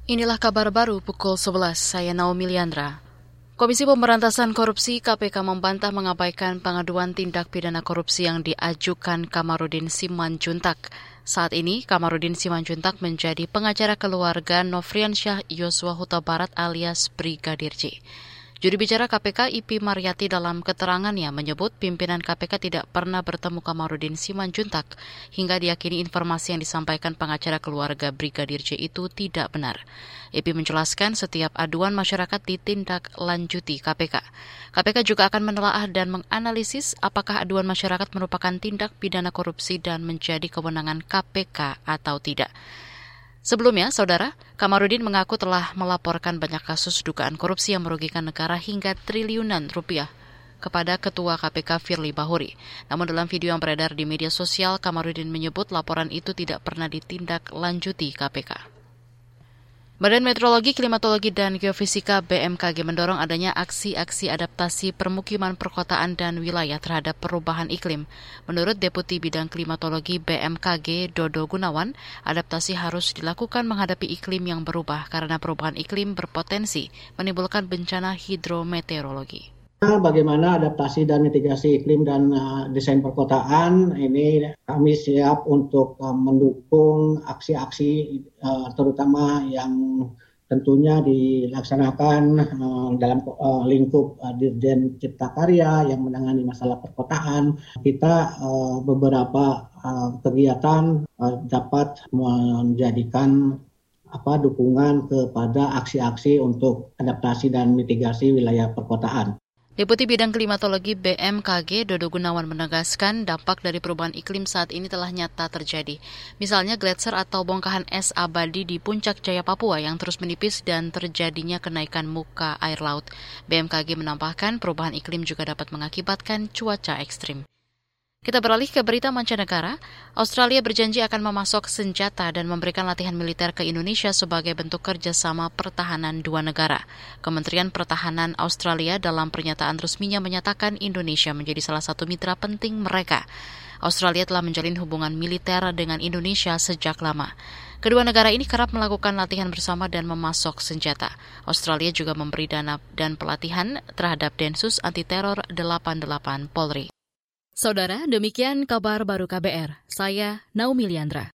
Inilah kabar baru pukul 11, saya Naomi Liandra. Komisi Pemberantasan Korupsi KPK membantah mengabaikan pengaduan tindak pidana korupsi yang diajukan Kamarudin Simanjuntak. Saat ini, Kamarudin Simanjuntak menjadi pengacara keluarga Nofriansyah Yosua Huta Barat alias Brigadir J. Juru bicara KPK IP Maryati dalam keterangannya menyebut pimpinan KPK tidak pernah bertemu Kamarudin Simanjuntak hingga diyakini informasi yang disampaikan pengacara keluarga Brigadir J itu tidak benar. IP menjelaskan setiap aduan masyarakat ditindaklanjuti KPK. KPK juga akan menelaah dan menganalisis apakah aduan masyarakat merupakan tindak pidana korupsi dan menjadi kewenangan KPK atau tidak. Sebelumnya, Saudara, Kamarudin mengaku telah melaporkan banyak kasus dugaan korupsi yang merugikan negara hingga triliunan rupiah kepada Ketua KPK Firly Bahuri. Namun dalam video yang beredar di media sosial, Kamarudin menyebut laporan itu tidak pernah ditindaklanjuti KPK. Badan Meteorologi, Klimatologi, dan Geofisika BMKG mendorong adanya aksi-aksi adaptasi permukiman perkotaan dan wilayah terhadap perubahan iklim. Menurut Deputi Bidang Klimatologi BMKG Dodo Gunawan, adaptasi harus dilakukan menghadapi iklim yang berubah karena perubahan iklim berpotensi menimbulkan bencana hidrometeorologi. Bagaimana adaptasi dan mitigasi iklim dan desain perkotaan ini kami siap untuk mendukung aksi-aksi terutama yang tentunya dilaksanakan dalam lingkup Dirjen Cipta Karya yang menangani masalah perkotaan. Kita beberapa kegiatan dapat menjadikan dukungan kepada aksi-aksi untuk adaptasi dan mitigasi wilayah perkotaan. Deputi Bidang Klimatologi BMKG Dodo Gunawan menegaskan dampak dari perubahan iklim saat ini telah nyata terjadi. Misalnya gletser atau bongkahan es abadi di Puncak Jaya Papua yang terus menipis dan terjadinya kenaikan muka air laut. BMKG menambahkan perubahan iklim juga dapat mengakibatkan cuaca ekstrim. Kita beralih ke berita mancanegara. Australia berjanji akan memasok senjata dan memberikan latihan militer ke Indonesia sebagai bentuk kerjasama pertahanan dua negara. Kementerian Pertahanan Australia dalam pernyataan resminya menyatakan Indonesia menjadi salah satu mitra penting mereka. Australia telah menjalin hubungan militer dengan Indonesia sejak lama. Kedua negara ini kerap melakukan latihan bersama dan memasok senjata. Australia juga memberi dana dan pelatihan terhadap Densus Anti-Teror 88 Polri. Saudara, demikian kabar baru KBR. Saya Naomi Liandra.